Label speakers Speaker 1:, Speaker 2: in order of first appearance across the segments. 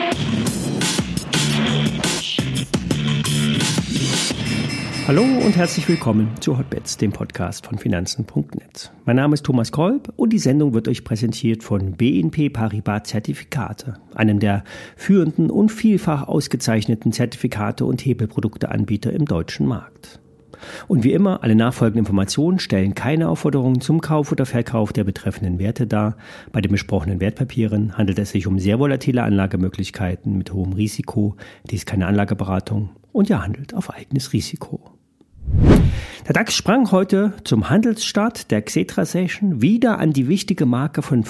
Speaker 1: Hallo und herzlich willkommen zu Hotbets, dem Podcast von Finanzen.net. Mein Name ist Thomas Kolb und die Sendung wird euch präsentiert von BNP Paribas Zertifikate, einem der führenden und vielfach ausgezeichneten Zertifikate- und Hebelprodukteanbieter im deutschen Markt. Und wie immer, alle nachfolgenden Informationen stellen keine Aufforderungen zum Kauf oder Verkauf der betreffenden Werte dar. Bei den besprochenen Wertpapieren handelt es sich um sehr volatile Anlagemöglichkeiten mit hohem Risiko. Dies ist keine Anlageberatung und ihr handelt auf eigenes Risiko. Der DAX sprang heute zum Handelsstart der Xetra-Session wieder an die wichtige Marke von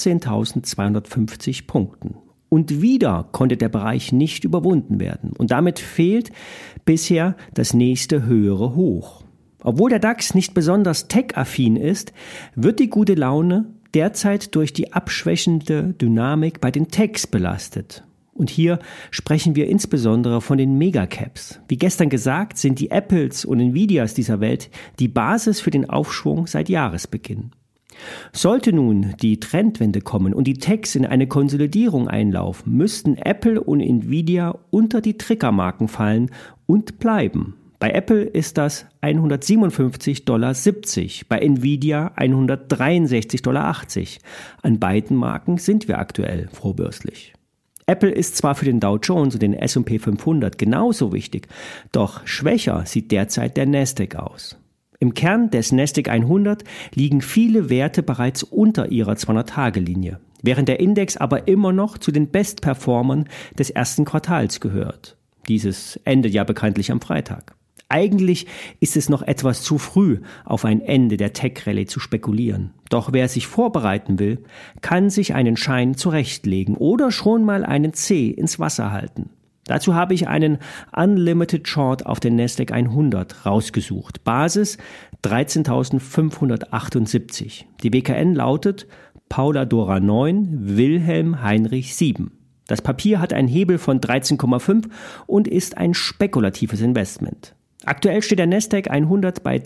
Speaker 1: 15.250 Punkten. Und wieder konnte der Bereich nicht überwunden werden. Und damit fehlt bisher das nächste höhere Hoch. Obwohl der DAX nicht besonders tech-affin ist, wird die gute Laune derzeit durch die abschwächende Dynamik bei den Techs belastet. Und hier sprechen wir insbesondere von den Megacaps. Wie gestern gesagt, sind die Apples und Nvidias dieser Welt die Basis für den Aufschwung seit Jahresbeginn. Sollte nun die Trendwende kommen und die Techs in eine Konsolidierung einlaufen, müssten Apple und Nvidia unter die Triggermarken fallen und bleiben. Bei Apple ist das $157,70, bei Nvidia $163,80. An beiden Marken sind wir aktuell vorbörslich. Apple ist zwar für den Dow Jones und den S&P 500 genauso wichtig, doch schwächer sieht derzeit der Nasdaq aus. Im Kern des Nasdaq 100 liegen viele Werte bereits unter ihrer 200-Tage-Linie, während der Index aber immer noch zu den Bestperformern des ersten Quartals gehört. Dieses endet ja bekanntlich am Freitag. Eigentlich ist es noch etwas zu früh, auf ein Ende der Tech-Rallye zu spekulieren. Doch wer sich vorbereiten will, kann sich einen Schein zurechtlegen oder schon mal einen Zeh ins Wasser halten. Dazu habe ich einen Unlimited Short auf den Nasdaq 100 rausgesucht. Basis 13.578. Die WKN lautet Paula Dora 9, Wilhelm Heinrich 7. Das Papier hat einen Hebel von 13,5 und ist ein spekulatives Investment. Aktuell steht der Nasdaq 100 bei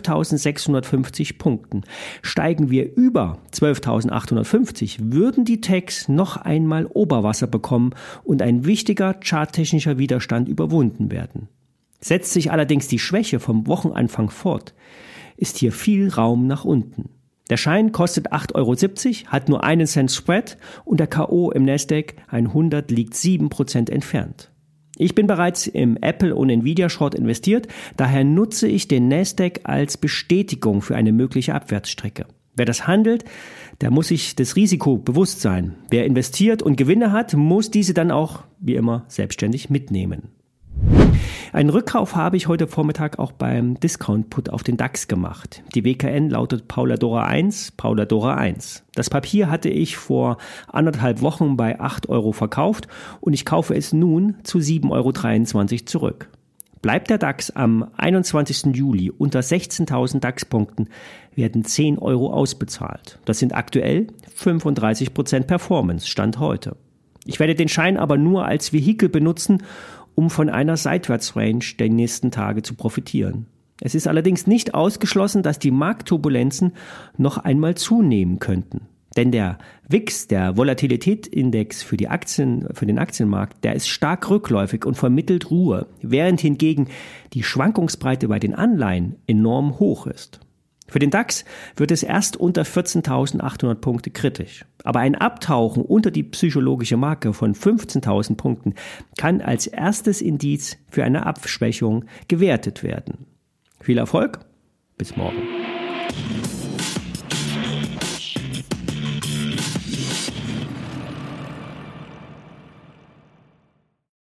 Speaker 1: 12.650 Punkten. Steigen wir über 12.850, würden die Techs noch einmal Oberwasser bekommen und ein wichtiger charttechnischer Widerstand überwunden werden. Setzt sich allerdings die Schwäche vom Wochenanfang fort, ist hier viel Raum nach unten. Der Schein kostet 8,70 €, hat nur einen Cent Spread und der K.O. im Nasdaq 100 liegt 7% entfernt. Ich bin bereits im Apple- und Nvidia-Short investiert, daher nutze ich den Nasdaq als Bestätigung für eine mögliche Abwärtsstrecke. Wer das handelt, der muss sich des Risikos bewusst sein. Wer investiert und Gewinne hat, muss diese dann auch, wie immer, selbstständig mitnehmen. Einen Rückkauf habe ich heute Vormittag auch beim Discount-Put auf den DAX gemacht. Die WKN lautet Paula Dora 1, Paula Dora 1. Das Papier hatte ich vor 1,5 Wochen bei 8 € verkauft und ich kaufe es nun zu 7,23 € zurück. Bleibt der DAX am 21. Juli unter 16.000 DAX-Punkten, werden 10 € ausbezahlt. Das sind aktuell 35% Performance, Stand heute. Ich werde den Schein aber nur als Vehikel benutzen, um von einer Seitwärtsrange der nächsten Tage zu profitieren. Es ist allerdings nicht ausgeschlossen, dass die Marktturbulenzen noch einmal zunehmen könnten. Denn der VIX, der Volatilitätsindex für den Aktienmarkt, der ist stark rückläufig und vermittelt Ruhe, während hingegen die Schwankungsbreite bei den Anleihen enorm hoch ist. Für den DAX wird es erst unter 14.800 Punkte kritisch. Aber ein Abtauchen unter die psychologische Marke von 15.000 Punkten kann als erstes Indiz für eine Abschwächung gewertet werden. Viel Erfolg, bis morgen.